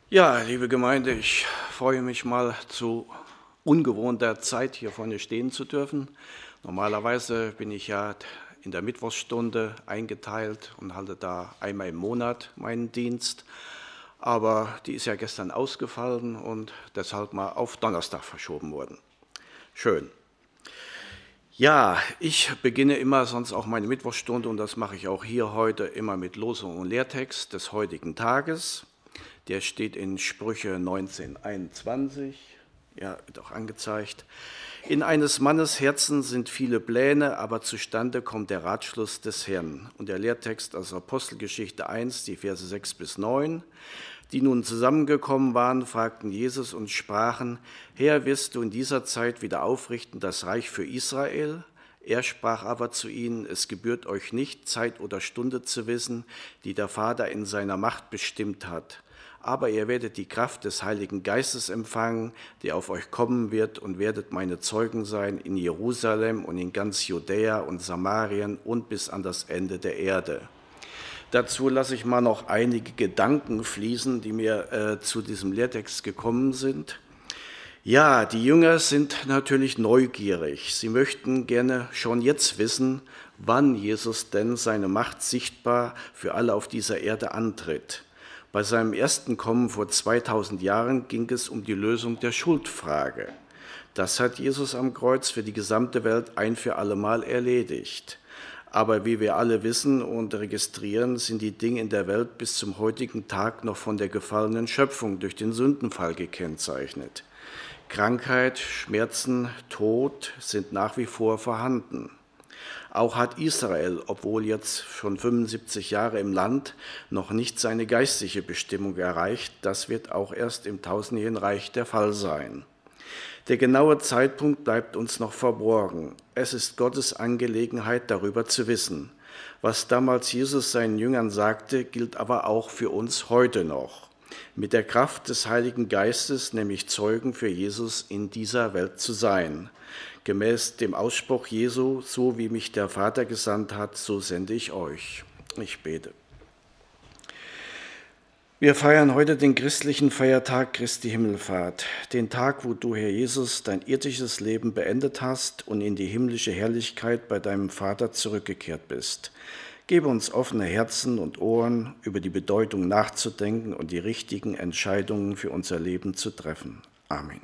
Ja, liebe Gemeinde, ich freue mich mal zu ungewohnter Zeit hier vorne stehen zu dürfen. Normalerweise bin ich ja in der Mittwochsstunde eingeteilt und halte da einmal im Monat meinen Dienst. Aber die ist ja gestern ausgefallen und deshalb mal auf Donnerstag verschoben worden. Schön. Ja, ich beginne immer sonst auch meine Mittwochsstunde und das mache ich auch hier heute immer mit Losung und Lehrtext des heutigen Tages. Der steht in Sprüche 19,21, ja, wird auch angezeigt. In eines Mannes Herzen sind viele Pläne, aber zustande kommt der Ratschluss des Herrn. Und der Lehrtext aus Apostelgeschichte 1, die Verse 6 bis 9. Die nun zusammengekommen waren, fragten Jesus und sprachen: Herr, wirst du in dieser Zeit wieder aufrichten das Reich für Israel? Er sprach aber zu ihnen: Es gebührt euch nicht, Zeit oder Stunde zu wissen, die der Vater in seiner Macht bestimmt hat. Aber ihr werdet die Kraft des Heiligen Geistes empfangen, der auf euch kommen wird, und werdet meine Zeugen sein in Jerusalem und in ganz Judäa und Samarien und bis an das Ende der Erde. Dazu lasse ich mal noch einige Gedanken fließen, die mir zu diesem Lehrtext gekommen sind. Ja, die Jünger sind natürlich neugierig. Sie möchten gerne schon jetzt wissen, wann Jesus denn seine Macht sichtbar für alle auf dieser Erde antritt. Bei seinem ersten Kommen vor 2000 Jahren ging es um die Lösung der Schuldfrage. Das hat Jesus am Kreuz für die gesamte Welt ein für allemal erledigt. Aber wie wir alle wissen und registrieren, sind die Dinge in der Welt bis zum heutigen Tag noch von der gefallenen Schöpfung durch den Sündenfall gekennzeichnet. Krankheit, Schmerzen, Tod sind nach wie vor vorhanden. Auch hat Israel, obwohl jetzt schon 75 Jahre im Land, noch nicht seine geistliche Bestimmung erreicht. Das wird auch erst im tausendjährigen Reich der Fall sein. Der genaue Zeitpunkt bleibt uns noch verborgen. Es ist Gottes Angelegenheit, darüber zu wissen. Was damals Jesus seinen Jüngern sagte, gilt aber auch für uns heute noch. Mit der Kraft des Heiligen Geistes, nämlich Zeugen für Jesus in dieser Welt zu sein. Gemäß dem Ausspruch Jesu: So wie mich der Vater gesandt hat, so sende ich euch. Ich bete. Wir feiern heute den christlichen Feiertag Christi Himmelfahrt, den Tag, wo du, Herr Jesus, dein irdisches Leben beendet hast und in die himmlische Herrlichkeit bei deinem Vater zurückgekehrt bist. Gebe uns offene Herzen und Ohren, über die Bedeutung nachzudenken und die richtigen Entscheidungen für unser Leben zu treffen. Amen.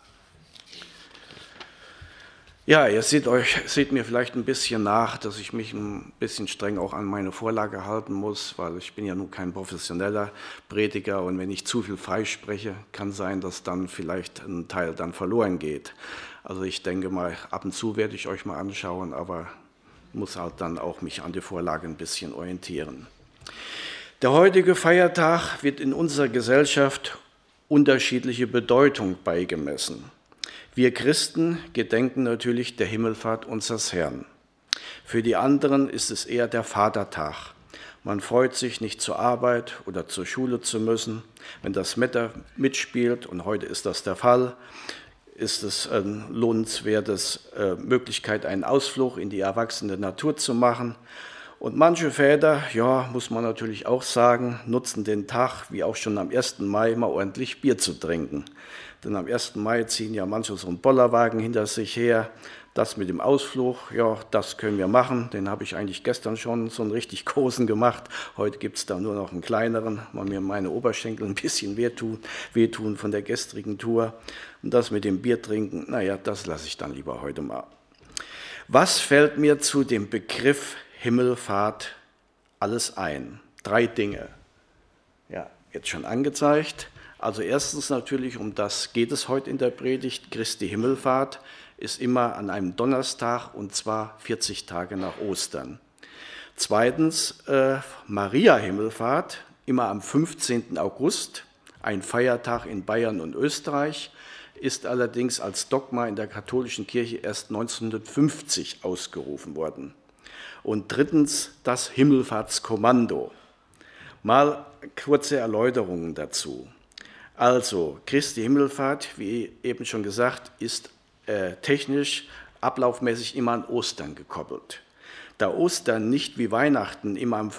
Ja, ihr seht mir vielleicht ein bisschen nach, dass ich mich ein bisschen streng auch an meine Vorlage halten muss, weil ich bin ja nun kein professioneller Prediger und wenn ich zu viel frei spreche, kann sein, dass dann vielleicht ein Teil dann verloren geht. Also ich denke mal, ab und zu werde ich euch mal anschauen, aber muss halt dann auch mich an die Vorlage ein bisschen orientieren. Der heutige Feiertag wird in unserer Gesellschaft unterschiedliche Bedeutung beigemessen. Wir Christen gedenken natürlich der Himmelfahrt unseres Herrn. Für die anderen ist es eher der Vatertag. Man freut sich, nicht zur Arbeit oder zur Schule zu müssen. Wenn das Wetter mitspielt, und heute ist das der Fall, ist es eine lohnenswerte Möglichkeit, einen Ausflug in die erwachsene Natur zu machen. Und manche Väter, ja, muss man natürlich auch sagen, nutzen den Tag, wie auch schon am 1. Mai, mal ordentlich Bier zu trinken. Denn am 1. Mai ziehen ja manche so einen Bollerwagen hinter sich her. Das mit dem Ausflug, ja, das können wir machen. Den habe ich eigentlich gestern schon so einen richtig großen gemacht. Heute gibt es da nur noch einen kleineren, weil mir meine Oberschenkel ein bisschen wehtun von der gestrigen Tour. Und das mit dem Bier trinken, naja, das lasse ich dann lieber heute mal. Was fällt mir zu dem Begriff Himmelfahrt alles ein? 3 Dinge. Ja, jetzt schon angezeigt. Also erstens natürlich, um das geht es heute in der Predigt. Christi Himmelfahrt ist immer an einem Donnerstag und zwar 40 Tage nach Ostern. Zweitens, Maria Himmelfahrt, immer am 15. August, ein Feiertag in Bayern und Österreich, ist allerdings als Dogma in der katholischen Kirche erst 1950 ausgerufen worden. Und drittens, das Himmelfahrtskommando. Mal kurze Erläuterungen dazu. Also, Christi Himmelfahrt, wie eben schon gesagt, ist technisch, ablaufmäßig immer an Ostern gekoppelt. Da Ostern nicht wie Weihnachten immer am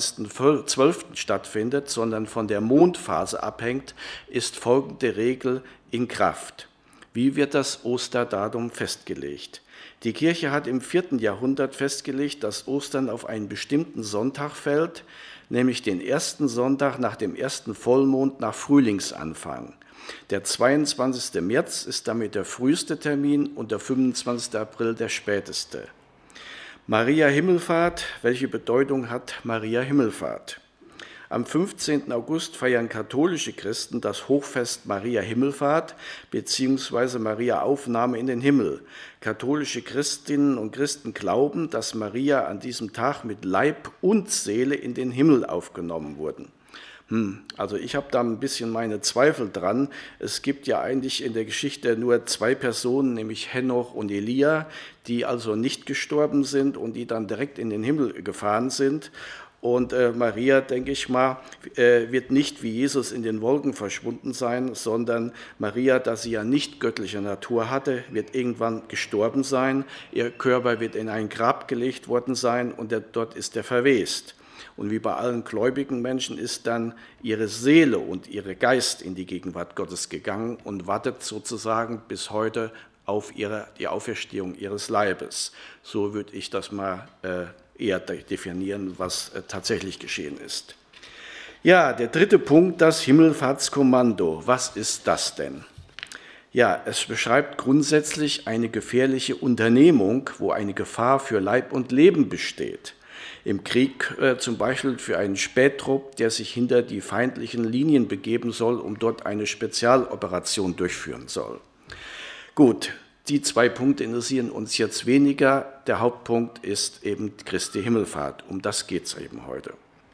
25.12. stattfindet, sondern von der Mondphase abhängt, ist folgende Regel in Kraft. Wie wird das Osterdatum festgelegt? Die Kirche hat im 4. Jahrhundert festgelegt, dass Ostern auf einen bestimmten Sonntag fällt, nämlich den ersten Sonntag nach dem ersten Vollmond nach Frühlingsanfang. Der 22. März ist damit der früheste Termin und der 25. April der späteste. Maria Himmelfahrt, welche Bedeutung hat Maria Himmelfahrt? Am 15. August feiern katholische Christen das Hochfest Maria Himmelfahrt bzw. Maria Aufnahme in den Himmel. Katholische Christinnen und Christen glauben, dass Maria an diesem Tag mit Leib und Seele in den Himmel aufgenommen wurden. Also ich habe da ein bisschen meine Zweifel dran. Es gibt ja eigentlich in der Geschichte nur 2 Personen, nämlich Henoch und Elia, die also nicht gestorben sind und die dann direkt in den Himmel gefahren sind. Und Maria, denke ich mal, wird nicht wie Jesus in den Wolken verschwunden sein, sondern Maria, da sie ja nicht göttliche Natur hatte, wird irgendwann gestorben sein. Ihr Körper wird in ein Grab gelegt worden sein und dort ist er verwest. Und wie bei allen gläubigen Menschen ist dann ihre Seele und ihr Geist in die Gegenwart Gottes gegangen und wartet sozusagen bis heute auf die Auferstehung ihres Leibes. So würde ich das mal eher definieren, was tatsächlich geschehen ist. Ja, der 3. Punkt, das Himmelfahrtskommando. Was ist das denn? Ja, es beschreibt grundsätzlich eine gefährliche Unternehmung, wo eine Gefahr für Leib und Leben besteht. Im Krieg zum Beispiel für einen Spähtrupp, der sich hinter die feindlichen Linien begeben soll, um dort eine Spezialoperation durchführen soll. Gut, die 2 Punkte interessieren uns jetzt weniger. Der Hauptpunkt ist eben Christi Himmelfahrt. Um das geht es eben heute.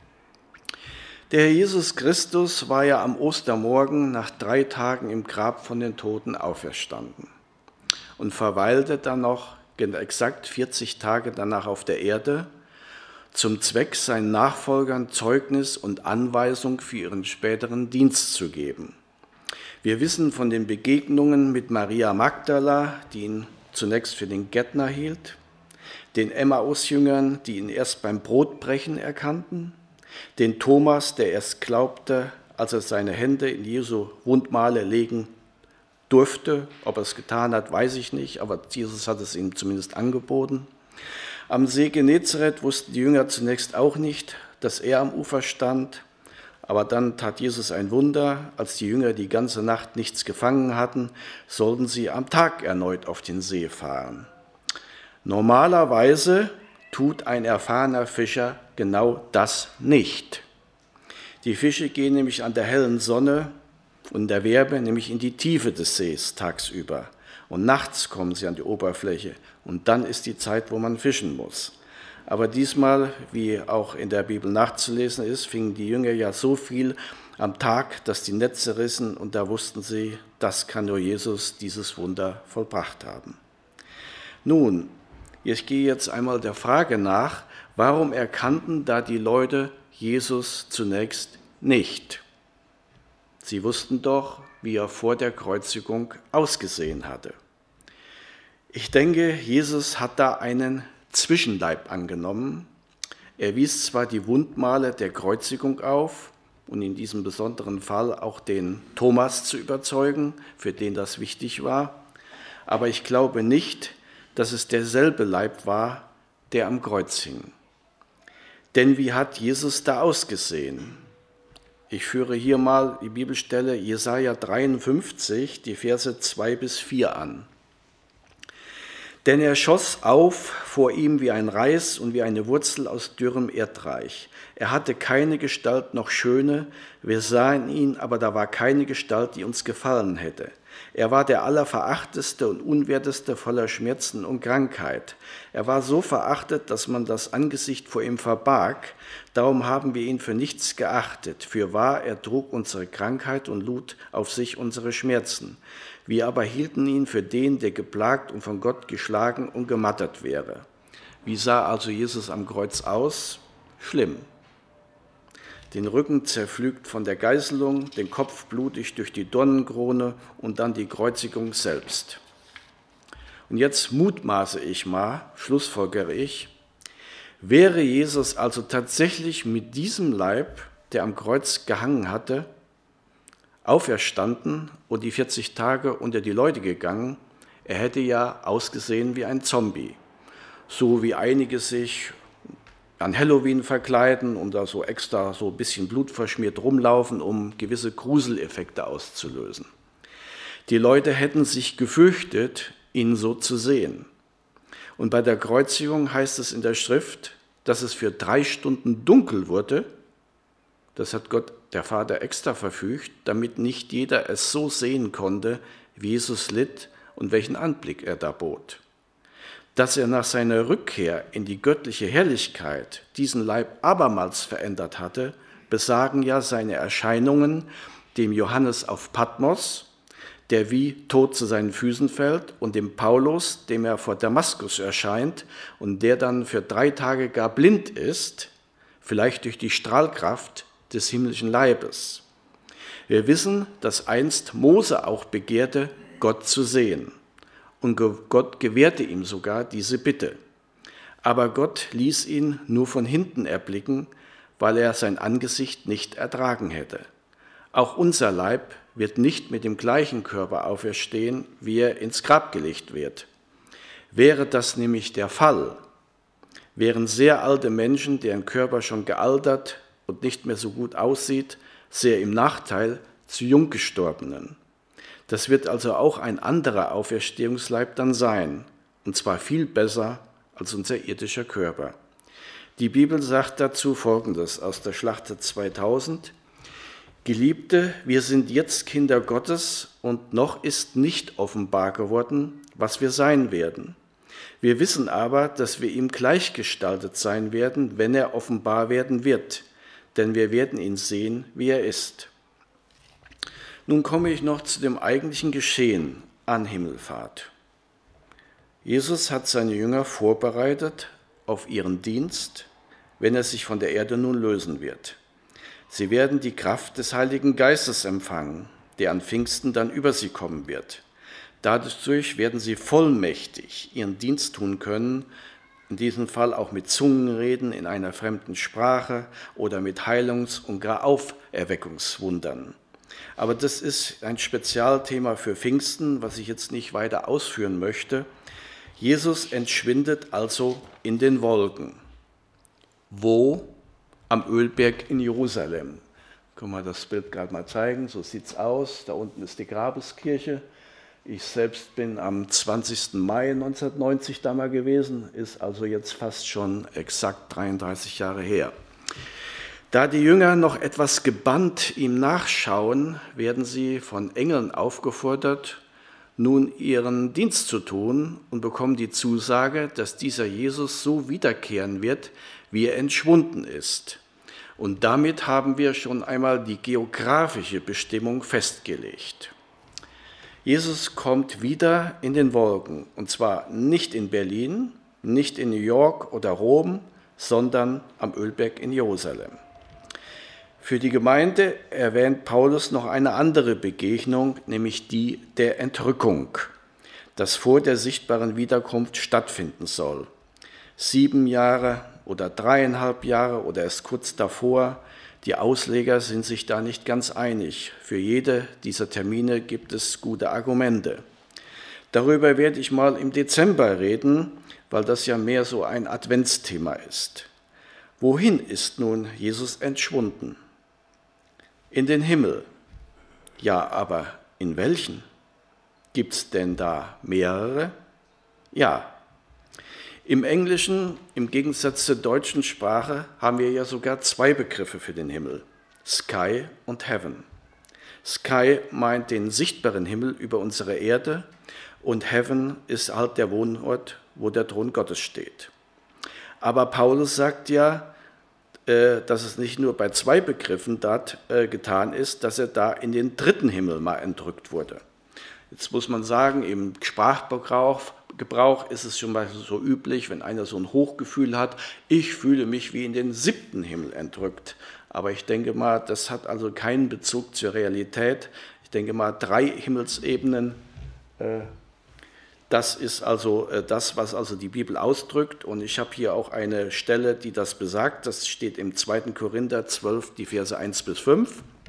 Der Herr Jesus Christus war ja am Ostermorgen nach 3 Tagen im Grab von den Toten auferstanden und verweilte dann noch exakt 40 Tage danach auf der Erde, zum Zweck, seinen Nachfolgern Zeugnis und Anweisung für ihren späteren Dienst zu geben. Wir wissen von den Begegnungen mit Maria Magdala, die ihn zunächst für den Gärtner hielt, den Emmaus-Jüngern, die ihn erst beim Brotbrechen erkannten, den Thomas, der erst glaubte, als er seine Hände in Jesu Wundmale legen durfte. Ob er es getan hat, weiß ich nicht, aber Jesus hat es ihm zumindest angeboten. Am See Genezareth wussten die Jünger zunächst auch nicht, dass er am Ufer stand, aber dann tat Jesus ein Wunder. Als die Jünger die ganze Nacht nichts gefangen hatten, sollten sie am Tag erneut auf den See fahren. Normalerweise tut ein erfahrener Fischer genau das nicht. Die Fische gehen nämlich an der hellen Sonne und der Werbe nämlich in die Tiefe des Sees tagsüber. Und nachts kommen sie an die Oberfläche und dann ist die Zeit, wo man fischen muss. Aber diesmal, wie auch in der Bibel nachzulesen ist, fingen die Jünger ja so viel am Tag, dass die Netze rissen und da wussten sie, das kann nur Jesus dieses Wunder vollbracht haben. Nun, ich gehe jetzt einmal der Frage nach, warum erkannten da die Leute Jesus zunächst nicht? Sie wussten doch, wie er vor der Kreuzigung ausgesehen hatte. Ich denke, Jesus hat da einen Zwischenleib angenommen. Er wies zwar die Wundmale der Kreuzigung auf und in diesem besonderen Fall auch den Thomas zu überzeugen, für den das wichtig war, aber ich glaube nicht, dass es derselbe Leib war, der am Kreuz hing. Denn wie hat Jesus da ausgesehen? Ich führe hier mal die Bibelstelle Jesaja 53, die Verse 2-4 an. Denn er schoss auf vor ihm wie ein Reis und wie eine Wurzel aus dürrem Erdreich. Er hatte keine Gestalt noch Schöne, wir sahen ihn, aber da war keine Gestalt, die uns gefallen hätte. Er war der Allerverachteste und Unwerteste, voller Schmerzen und Krankheit. Er war so verachtet, dass man das Angesicht vor ihm verbarg. Darum haben wir ihn für nichts geachtet. Fürwahr, er trug unsere Krankheit und lud auf sich unsere Schmerzen. Wir aber hielten ihn für den, der geplagt und von Gott geschlagen und gemartert wäre. Wie sah also Jesus am Kreuz aus? Schlimm. Den Rücken zerpflügt von der Geißelung, den Kopf blutig durch die Dornenkrone und dann die Kreuzigung selbst. Und jetzt mutmaße ich mal, schlussfolgere ich, Wäre Jesus also tatsächlich mit diesem Leib, der am Kreuz gehangen hatte, auferstanden und die 40 Tage unter die Leute gegangen, er hätte ja ausgesehen wie ein Zombie. So wie einige sich an Halloween verkleiden und da so extra so ein bisschen blutverschmiert rumlaufen, um gewisse Gruseleffekte auszulösen. Die Leute hätten sich gefürchtet, ihn so zu sehen. Und bei der Kreuzigung heißt es in der Schrift, dass es für 3 Stunden dunkel wurde. Das hat Gott, der Vater, extra verfügt, damit nicht jeder es so sehen konnte, wie Jesus litt und welchen Anblick er da bot. Dass er nach seiner Rückkehr in die göttliche Herrlichkeit diesen Leib abermals verändert hatte, besagen ja seine Erscheinungen dem Johannes auf Patmos, der wie tot zu seinen Füßen fällt, und dem Paulus, dem er vor Damaskus erscheint und der dann für 3 Tage gar blind ist, vielleicht durch die Strahlkraft des himmlischen Leibes. Wir wissen, dass einst Mose auch begehrte, Gott zu sehen. Und Gott gewährte ihm sogar diese Bitte. Aber Gott ließ ihn nur von hinten erblicken, weil er sein Angesicht nicht ertragen hätte. Auch unser Leib wird nicht mit dem gleichen Körper auferstehen, wie er ins Grab gelegt wird. Wäre das nämlich der Fall, wären sehr alte Menschen, deren Körper schon gealtert und nicht mehr so gut aussieht, sehr im Nachteil zu Junggestorbenen. Das wird also auch ein anderer Auferstehungsleib dann sein, und zwar viel besser als unser irdischer Körper. Die Bibel sagt dazu Folgendes aus der Schlachter 2000: Geliebte, wir sind jetzt Kinder Gottes und noch ist nicht offenbar geworden, was wir sein werden. Wir wissen aber, dass wir ihm gleichgestaltet sein werden, wenn er offenbar werden wird, denn wir werden ihn sehen, wie er ist. Nun komme ich noch zu dem eigentlichen Geschehen an Himmelfahrt. Jesus hat seine Jünger vorbereitet auf ihren Dienst, wenn er sich von der Erde nun lösen wird. Sie werden die Kraft des Heiligen Geistes empfangen, der an Pfingsten dann über sie kommen wird. Dadurch werden sie vollmächtig ihren Dienst tun können, in diesem Fall auch mit Zungenreden in einer fremden Sprache oder mit Heilungs- und gar Auferweckungswundern. Aber das ist ein Spezialthema für Pfingsten, was ich jetzt nicht weiter ausführen möchte. Jesus entschwindet also in den Wolken. Wo? Am Ölberg in Jerusalem. Können wir das Bild gerade mal zeigen? So sieht es aus. Da unten ist die Grabeskirche. Ich selbst bin am 20. Mai 1990 da mal gewesen, ist also jetzt fast schon exakt 33 Jahre her. Da die Jünger noch etwas gebannt ihm nachschauen, werden sie von Engeln aufgefordert, nun ihren Dienst zu tun, und bekommen die Zusage, dass dieser Jesus so wiederkehren wird, wie er entschwunden ist. Und damit haben wir schon einmal die geografische Bestimmung festgelegt. Jesus kommt wieder in den Wolken, und zwar nicht in Berlin, nicht in New York oder Rom, sondern am Ölberg in Jerusalem. Für die Gemeinde erwähnt Paulus noch eine andere Begegnung, nämlich die der Entrückung, das vor der sichtbaren Wiederkunft stattfinden soll. 7 Jahre oder 3,5 Jahre oder erst kurz davor. Die Ausleger sind sich da nicht ganz einig. Für jede dieser Termine gibt es gute Argumente. Darüber werde ich mal im Dezember reden, weil das ja mehr so ein Adventsthema ist. Wohin ist nun Jesus entschwunden? In den Himmel. Ja, aber in welchen? Gibt es denn da mehrere? Ja. Im Englischen, im Gegensatz zur deutschen Sprache, haben wir ja sogar 2 Begriffe für den Himmel: Sky und Heaven. Sky meint den sichtbaren Himmel über unsere Erde und Heaven ist halt der Wohnort, wo der Thron Gottes steht. Aber Paulus sagt ja, dass es nicht nur bei 2 Begriffen dort getan ist, dass er da in den 3. Himmel mal entrückt wurde. Jetzt muss man sagen, im Sprachgebrauch ist es schon mal so üblich, wenn einer so ein Hochgefühl hat, ich fühle mich wie in den 7. Himmel entrückt. Aber ich denke mal, das hat also keinen Bezug zur Realität. Ich denke mal, 3 Himmelsebenen, Das ist also das, was also die Bibel ausdrückt. Und ich habe hier auch eine Stelle, die das besagt. Das steht im 2. Korinther 12, die Verse 1-5.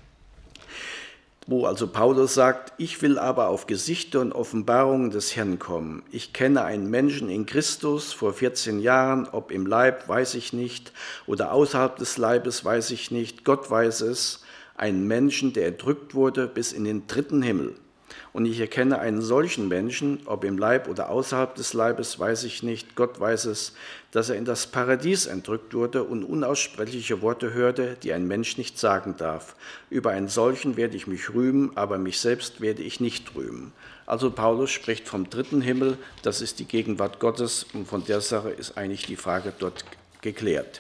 Wo also Paulus sagt, ich will aber auf Gesichter und Offenbarungen des Herrn kommen. Ich kenne einen Menschen in Christus vor 14 Jahren, ob im Leib, weiß ich nicht, oder außerhalb des Leibes, weiß ich nicht. Gott weiß es, einen Menschen, der erdrückt wurde bis in den 3. Himmel. Und ich erkenne einen solchen Menschen, ob im Leib oder außerhalb des Leibes, weiß ich nicht. Gott weiß es, dass er in das Paradies entrückt wurde und unaussprechliche Worte hörte, die ein Mensch nicht sagen darf. Über einen solchen werde ich mich rühmen, aber mich selbst werde ich nicht rühmen. Also Paulus spricht vom 3. Himmel, das ist die Gegenwart Gottes und von der Sache ist eigentlich die Frage dort geklärt.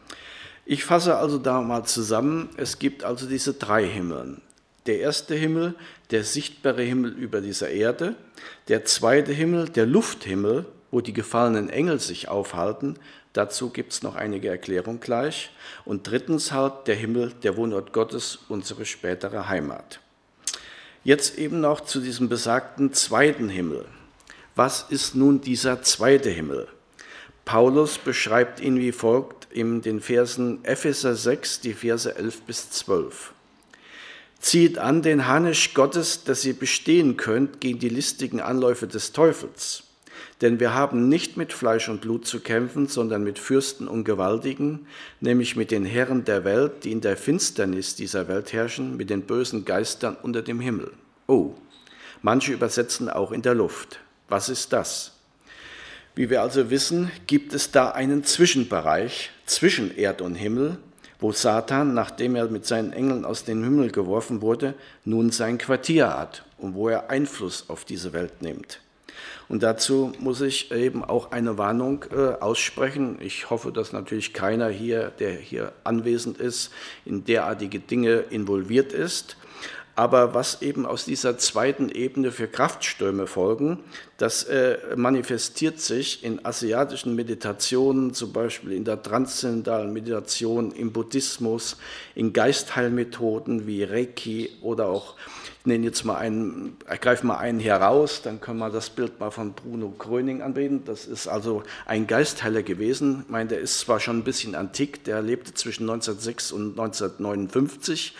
Ich fasse also da mal zusammen, es gibt also diese 3 Himmel. Der 1. Himmel, der sichtbare Himmel über dieser Erde, der 2. Himmel, der Lufthimmel, wo die gefallenen Engel sich aufhalten, dazu gibt es noch einige Erklärungen gleich, und 3. halt der Himmel, der Wohnort Gottes, unsere spätere Heimat. Jetzt eben noch zu diesem besagten 2. Himmel. Was ist nun dieser 2. Himmel? Paulus beschreibt ihn wie folgt in den Versen Epheser 6, die Verse 11-12. Zieht an den Harnisch Gottes, dass ihr bestehen könnt gegen die listigen Anläufe des Teufels. Denn wir haben nicht mit Fleisch und Blut zu kämpfen, sondern mit Fürsten und Gewaltigen, nämlich mit den Herren der Welt, die in der Finsternis dieser Welt herrschen, mit den bösen Geistern unter dem Himmel. Oh, manche übersetzen auch in der Luft. Was ist das? Wie wir also wissen, gibt es da einen Zwischenbereich zwischen Erd und Himmel, wo Satan, nachdem er mit seinen Engeln aus dem Himmel geworfen wurde, nun sein Quartier hat und wo er Einfluss auf diese Welt nimmt. Und dazu muss ich eben auch eine Warnung aussprechen. Ich hoffe, dass natürlich keiner hier, der hier anwesend ist, in derartige Dinge involviert ist. Aber was eben aus dieser 2. Ebene für Kraftströme folgen, das manifestiert sich in asiatischen Meditationen, zum Beispiel in der transzendentalen Meditation, im Buddhismus, in Geistheilmethoden wie Reiki oder auch, ich greife mal einen heraus, dann können wir das Bild mal von Bruno Gröning anbieten. Das ist also ein Geistheiler gewesen. Ich meine, der ist zwar schon ein bisschen antik, der lebte zwischen 1906 und 1959,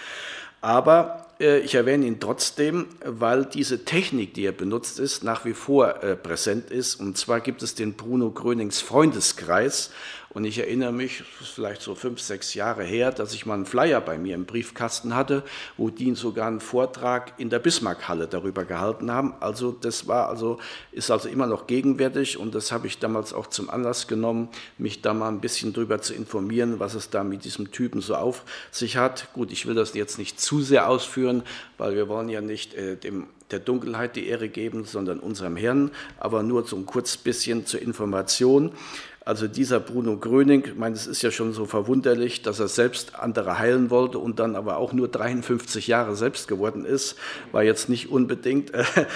aber ich erwähne ihn trotzdem, weil diese Technik, die er benutzt ist, nach wie vor präsent ist. Und zwar gibt es den Bruno Grönings Freundeskreis. Und ich erinnere mich, das ist vielleicht so 5, 6 Jahre her, dass ich mal einen Flyer bei mir im Briefkasten hatte, wo die sogar einen Vortrag in der Bismarckhalle darüber gehalten haben. Also das ist also immer noch gegenwärtig und das habe ich damals auch zum Anlass genommen, mich da mal ein bisschen drüber zu informieren, was es da mit diesem Typen so auf sich hat. Gut, ich will das jetzt nicht zu sehr ausführen, weil wir wollen ja nicht der Dunkelheit die Ehre geben, sondern unserem Herrn, aber nur so ein kurz bisschen zur Information. Also dieser Bruno Gröning, ich meine, es ist ja schon so verwunderlich, dass er selbst andere heilen wollte und dann aber auch nur 53 Jahre selbst geworden ist, war jetzt nicht unbedingt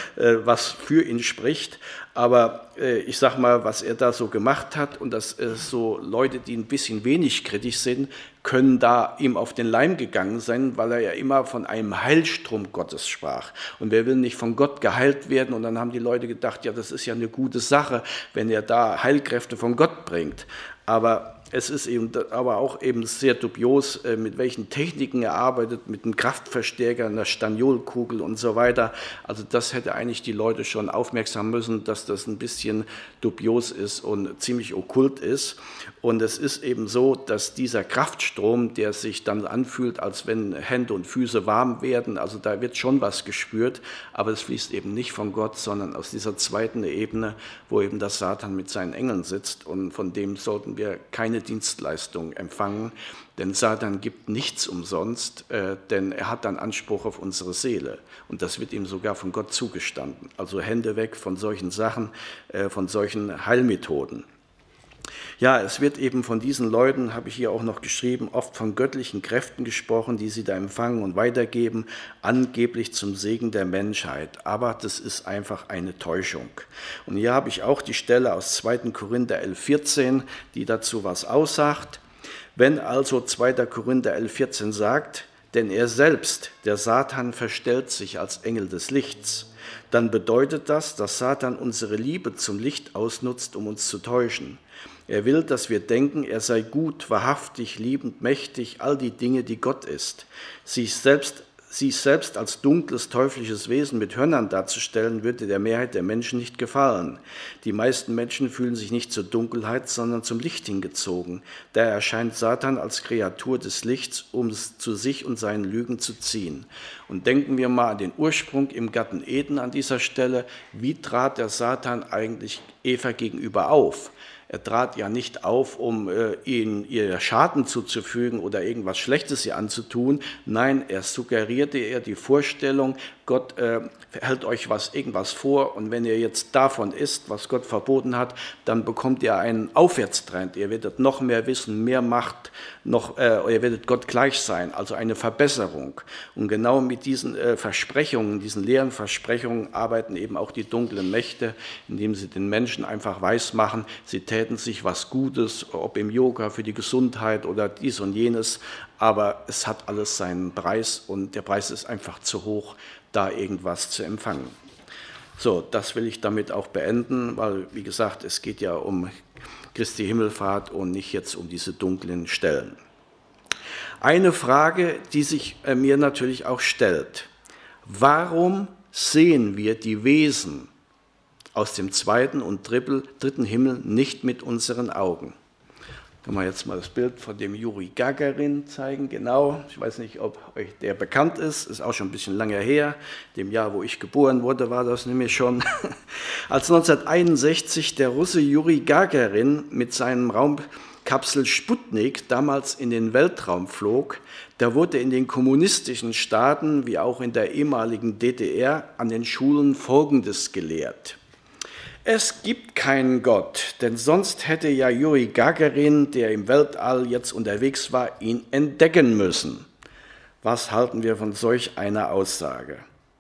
was für ihn spricht. Aber ich sage mal, was er da so gemacht hat und dass so Leute, die ein bisschen wenig kritisch sind, können da ihm auf den Leim gegangen sein, weil er ja immer von einem Heilstrom Gottes sprach. Und wer will nicht von Gott geheilt werden? Und dann haben die Leute gedacht, ja, das ist ja eine gute Sache, wenn er da Heilkräfte von Gott bringt. Aber es ist eben aber auch eben sehr dubios, mit welchen Techniken er arbeitet, mit einem Kraftverstärker, einer Staniolkugel und so weiter. Also das hätte eigentlich die Leute schon aufmerksam müssen, dass das ein bisschen dubios ist und ziemlich okkult ist. Und es ist eben so, dass dieser Kraftstrom, der sich dann anfühlt, als wenn Hände und Füße warm werden, also da wird schon was gespürt, aber es fließt eben nicht von Gott, sondern aus dieser 2. Ebene, wo eben der Satan mit seinen Engeln sitzt und von dem sollten wir keine Dienstleistung empfangen, denn Satan gibt nichts umsonst, denn er hat dann Anspruch auf unsere Seele und das wird ihm sogar von Gott zugestanden. Also Hände weg von solchen Sachen, von solchen Heilmethoden. Ja, es wird eben von diesen Leuten, habe ich hier auch noch geschrieben, oft von göttlichen Kräften gesprochen, die sie da empfangen und weitergeben, angeblich zum Segen der Menschheit. Aber das ist einfach eine Täuschung. Und hier habe ich auch die Stelle aus 2. Korinther 11,14, die dazu was aussagt. Wenn also 2. Korinther 11,14 sagt, Denn er selbst, der Satan, verstellt sich als Engel des Lichts. Dann bedeutet das, dass Satan unsere Liebe zum Licht ausnutzt, um uns zu täuschen. Er will, dass wir denken, er sei gut, wahrhaftig, liebend, mächtig, all die Dinge, die Gott ist. Sich selbst als dunkles, teuflisches Wesen mit Hörnern darzustellen, würde der Mehrheit der Menschen nicht gefallen. Die meisten Menschen fühlen sich nicht zur Dunkelheit, sondern zum Licht hingezogen. Daher erscheint Satan als Kreatur des Lichts, um es zu sich und seinen Lügen zu ziehen. Und denken wir mal an den Ursprung im Garten Eden an dieser Stelle. Wie trat der Satan eigentlich Eva gegenüber auf? Er trat ja nicht auf, um ihr Schaden zuzufügen oder irgendwas Schlechtes ihr anzutun. Nein, er suggerierte ihr die Vorstellung, Gott hält euch irgendwas vor und wenn ihr jetzt davon isst, was Gott verboten hat, dann bekommt ihr einen Aufwärtstrend. Ihr werdet noch mehr wissen, mehr Macht, ihr werdet Gott gleich sein, also eine Verbesserung. Und genau mit diesen Versprechungen, diesen leeren Versprechungen arbeiten eben auch die dunklen Mächte, indem sie den Menschen einfach weismachen, sie täten sich was Gutes, ob im Yoga, für die Gesundheit oder dies und jenes, aber es hat alles seinen Preis und der Preis ist einfach zu hoch, da irgendwas zu empfangen. So, das will ich damit auch beenden, weil, wie gesagt, es geht ja um Christi Himmelfahrt und nicht jetzt um diese dunklen Stellen. Eine Frage, die sich mir natürlich auch stellt: Warum sehen wir die Wesen aus dem zweiten und dritten Himmel nicht mit unseren Augen? Können wir jetzt mal das Bild von dem Juri Gagarin zeigen, genau. Ich weiß nicht, ob euch der bekannt ist auch schon ein bisschen lange her. Dem Jahr, wo ich geboren wurde, war das nämlich schon. Als 1961 der Russe Juri Gagarin mit seinem Raumkapsel Sputnik damals in den Weltraum flog, da wurde in den kommunistischen Staaten, wie auch in der ehemaligen DDR, an den Schulen Folgendes gelehrt: Es gibt keinen Gott, denn sonst hätte ja Juri Gagarin, der im Weltall jetzt unterwegs war, ihn entdecken müssen. Was halten wir von solch einer Aussage?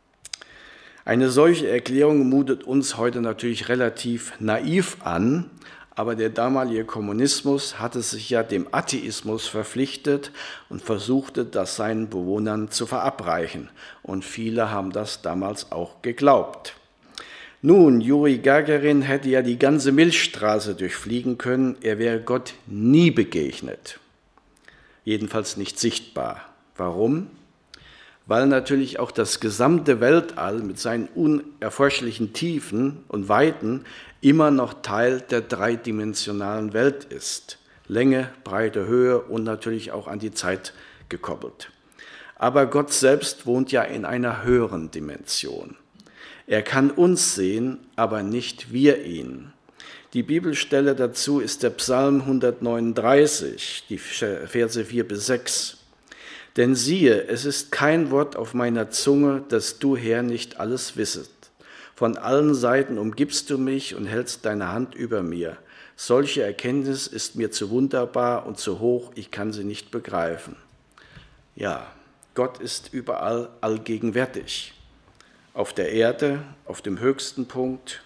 Eine solche Erklärung mutet uns heute natürlich relativ naiv an, aber der damalige Kommunismus hatte sich ja dem Atheismus verpflichtet und versuchte, das seinen Bewohnern zu verabreichen. Und viele haben das damals auch geglaubt. Nun, Juri Gagarin hätte ja die ganze Milchstraße durchfliegen können, er wäre Gott nie begegnet. Jedenfalls nicht sichtbar. Warum? Weil natürlich auch das gesamte Weltall mit seinen unerforschlichen Tiefen und Weiten immer noch Teil der dreidimensionalen Welt ist. Länge, Breite, Höhe und natürlich auch an die Zeit gekoppelt. Aber Gott selbst wohnt ja in einer höheren Dimension. Er kann uns sehen, aber nicht wir ihn. Die Bibelstelle dazu ist der Psalm 139, die Verse 4-6. Denn siehe, es ist kein Wort auf meiner Zunge, dass du, Herr, nicht alles wissest. Von allen Seiten umgibst du mich und hältst deine Hand über mir. Solche Erkenntnis ist mir zu wunderbar und zu hoch, ich kann sie nicht begreifen. Ja, Gott ist überall allgegenwärtig. Auf der Erde, auf dem höchsten Punkt,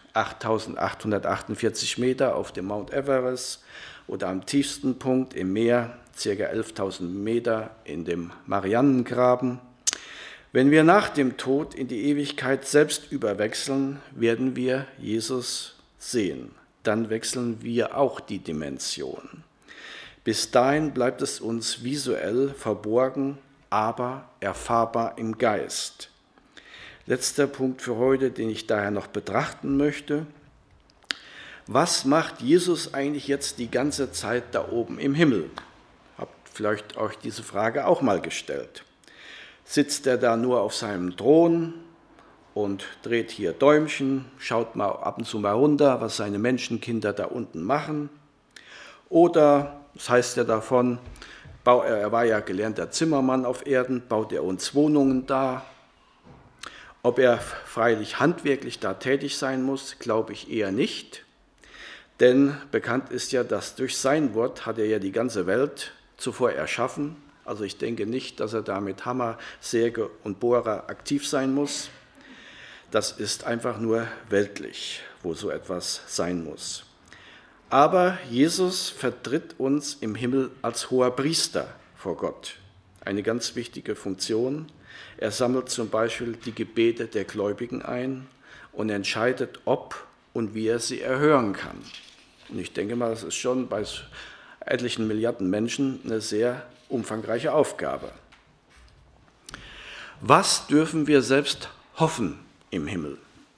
8.848 Meter auf dem Mount Everest oder am tiefsten Punkt im Meer, ca. 11.000 Meter in dem Marianengraben. Wenn wir nach dem Tod in die Ewigkeit selbst überwechseln, werden wir Jesus sehen. Dann wechseln wir auch die Dimension. Bis dahin bleibt es uns visuell verborgen, aber erfahrbar im Geist. Letzter Punkt für heute, den ich daher noch betrachten möchte. Was macht Jesus eigentlich jetzt die ganze Zeit da oben im Himmel? Habt vielleicht euch diese Frage auch mal gestellt. Sitzt er da nur auf seinem Thron und dreht hier Däumchen, schaut mal ab und zu mal runter, was seine Menschenkinder da unten machen? Oder, das heißt ja davon, er war ja gelernter Zimmermann auf Erden, baut er uns Wohnungen da? Ob er freilich handwerklich da tätig sein muss, glaube ich eher nicht. Denn bekannt ist ja, dass durch sein Wort hat er ja die ganze Welt zuvor erschaffen. Also ich denke nicht, dass er da mit Hammer, Säge und Bohrer aktiv sein muss. Das ist einfach nur weltlich, wo so etwas sein muss. Aber Jesus vertritt uns im Himmel als hoher Priester vor Gott. eine ganz wichtige Funktion. Er sammelt zum Beispiel die Gebete der Gläubigen ein und entscheidet, ob und wie er sie erhören kann. Und ich denke mal, das ist schon bei etlichen Milliarden Menschen eine sehr umfangreiche Aufgabe. Was dürfen wir selbst hoffen im Himmel?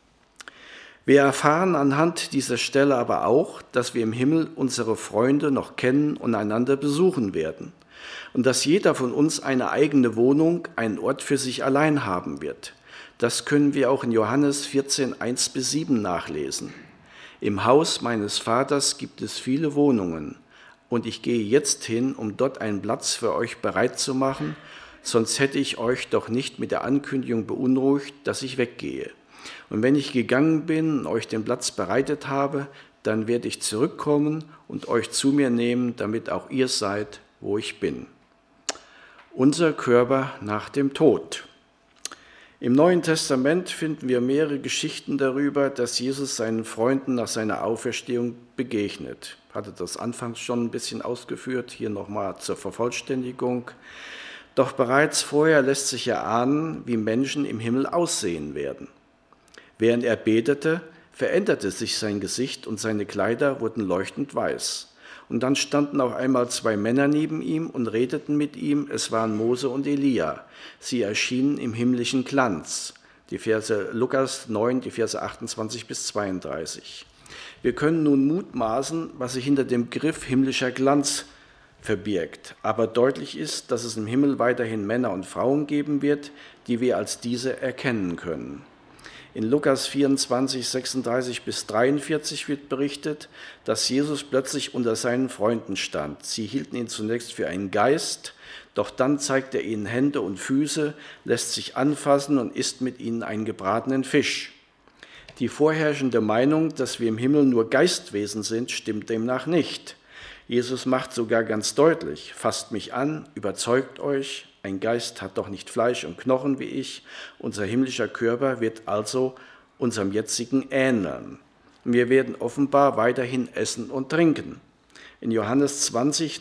Wir erfahren anhand dieser Stelle aber auch, dass wir im Himmel unsere Freunde noch kennen und einander besuchen werden und dass jeder von uns eine eigene Wohnung, einen Ort für sich allein haben wird. Das können wir auch in Johannes 14, 1-7 nachlesen. Im Haus meines Vaters gibt es viele Wohnungen und ich gehe jetzt hin, um dort einen Platz für euch bereit zu machen, sonst hätte ich euch doch nicht mit der Ankündigung beunruhigt, dass ich weggehe. Und wenn ich gegangen bin und euch den Platz bereitet habe, dann werde ich zurückkommen und euch zu mir nehmen, damit auch ihr seid, wo ich bin. Unser Körper nach dem Tod. Im Neuen Testament finden wir mehrere Geschichten darüber, dass Jesus seinen Freunden nach seiner Auferstehung begegnet. Ich hatte das anfangs schon ein bisschen ausgeführt, hier nochmal zur Vervollständigung. Doch bereits vorher lässt sich erahnen, wie Menschen im Himmel aussehen werden. Während er betete, veränderte sich sein Gesicht und seine Kleider wurden leuchtend weiß. Und dann standen auf einmal 2 Männer neben ihm und redeten mit ihm. Es waren Mose und Elia. Sie erschienen im himmlischen Glanz. Die Verse Lukas 9, die Verse 28-32. Wir können nun mutmaßen, was sich hinter dem Begriff himmlischer Glanz verbirgt. Aber deutlich ist, dass es im Himmel weiterhin Männer und Frauen geben wird, die wir als diese erkennen können. In Lukas 24, 36-43 wird berichtet, dass Jesus plötzlich unter seinen Freunden stand. Sie hielten ihn zunächst für einen Geist, doch dann zeigt er ihnen Hände und Füße, lässt sich anfassen und isst mit ihnen einen gebratenen Fisch. Die vorherrschende Meinung, dass wir im Himmel nur Geistwesen sind, stimmt demnach nicht. Jesus macht sogar ganz deutlich: Fasst mich an, überzeugt euch, ein Geist hat doch nicht Fleisch und Knochen wie ich. Unser himmlischer Körper wird also unserem jetzigen ähneln. Wir werden offenbar weiterhin essen und trinken. In Johannes 20,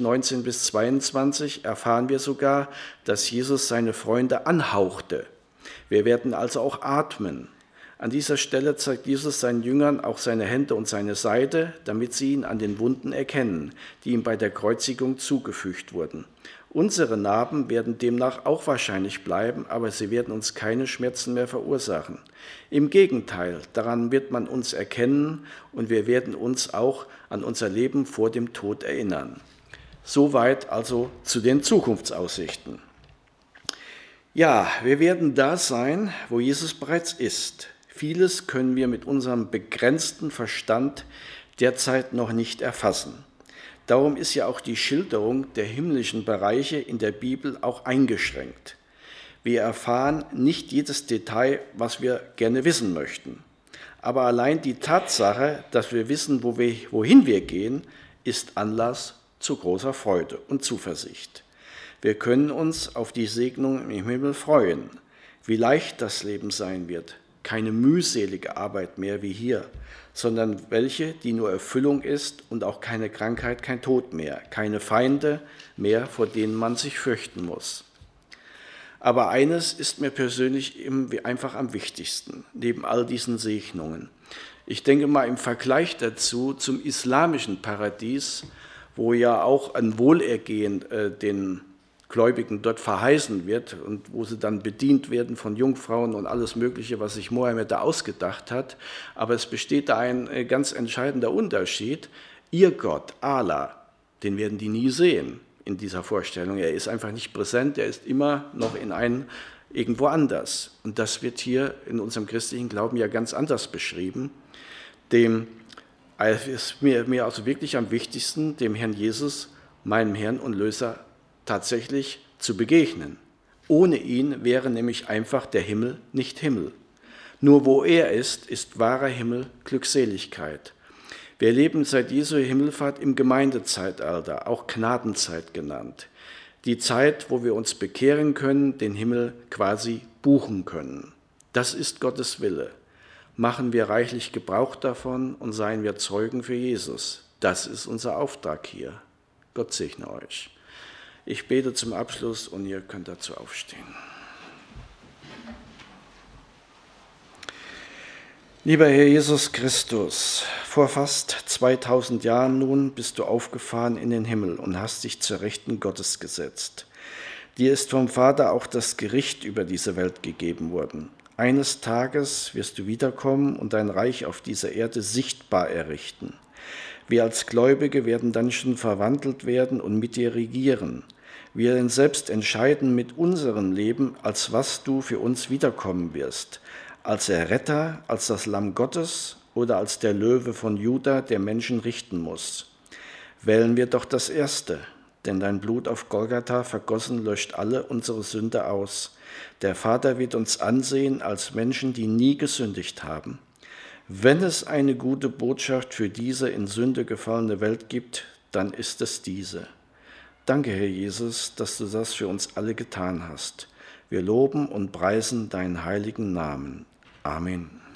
19-22 erfahren wir sogar, dass Jesus seine Freunde anhauchte. Wir werden also auch atmen. An dieser Stelle zeigt Jesus seinen Jüngern auch seine Hände und seine Seite, damit sie ihn an den Wunden erkennen, die ihm bei der Kreuzigung zugefügt wurden. Unsere Narben werden demnach auch wahrscheinlich bleiben, aber sie werden uns keine Schmerzen mehr verursachen. Im Gegenteil, daran wird man uns erkennen und wir werden uns auch an unser Leben vor dem Tod erinnern. Soweit also zu den Zukunftsaussichten. Ja, wir werden da sein, wo Jesus bereits ist. Vieles können wir mit unserem begrenzten Verstand derzeit noch nicht erfassen. Darum ist ja auch die Schilderung der himmlischen Bereiche in der Bibel auch eingeschränkt. Wir erfahren nicht jedes Detail, was wir gerne wissen möchten. Aber allein die Tatsache, dass wir wissen, wohin wir gehen, ist Anlass zu großer Freude und Zuversicht. Wir können uns auf die Segnung im Himmel freuen, wie leicht das Leben sein wird. Keine mühselige Arbeit mehr wie hier, sondern welche, die nur Erfüllung ist und auch keine Krankheit, kein Tod mehr, keine Feinde mehr, vor denen man sich fürchten muss. Aber eines ist mir persönlich einfach am wichtigsten, neben all diesen Segnungen. Ich denke mal im Vergleich dazu zum islamischen Paradies, wo ja auch ein Wohlergehen den Gläubigen dort verheißen wird und wo sie dann bedient werden von Jungfrauen und alles Mögliche, was sich Mohammed da ausgedacht hat. Aber es besteht da ein ganz entscheidender Unterschied. Ihr Gott, Allah, den werden die nie sehen in dieser Vorstellung. Er ist einfach nicht präsent, er ist immer noch irgendwo anders. Und das wird hier in unserem christlichen Glauben ja ganz anders beschrieben. Dem ist mir also wirklich am wichtigsten, dem Herrn Jesus, meinem Herrn und Löser, tatsächlich zu begegnen. Ohne ihn wäre nämlich einfach der Himmel nicht Himmel. Nur wo er ist wahrer Himmel Glückseligkeit. Wir leben seit Jesu Himmelfahrt im Gemeindezeitalter, auch Gnadenzeit genannt. Die Zeit, wo wir uns bekehren können, den Himmel quasi buchen können. Das ist Gottes Wille. Machen wir reichlich Gebrauch davon und seien wir Zeugen für Jesus. Das ist unser Auftrag hier. Gott segne euch. Ich bete zum Abschluss und ihr könnt dazu aufstehen. Lieber Herr Jesus Christus, vor fast 2000 Jahren nun bist du aufgefahren in den Himmel und hast dich zur Rechten Gottes gesetzt. Dir ist vom Vater auch das Gericht über diese Welt gegeben worden. Eines Tages wirst du wiederkommen und dein Reich auf dieser Erde sichtbar errichten. Wir als Gläubige werden dann schon verwandelt werden und mit dir regieren. Wir werden selbst entscheiden mit unserem Leben, als was du für uns wiederkommen wirst. Als Erretter, als das Lamm Gottes oder als der Löwe von Juda, der Menschen richten muss. Wählen wir doch das Erste, denn dein Blut auf Golgatha vergossen löscht alle unsere Sünde aus. Der Vater wird uns ansehen als Menschen, die nie gesündigt haben. Wenn es eine gute Botschaft für diese in Sünde gefallene Welt gibt, dann ist es diese. Danke, Herr Jesus, dass du das für uns alle getan hast. Wir loben und preisen deinen heiligen Namen. Amen.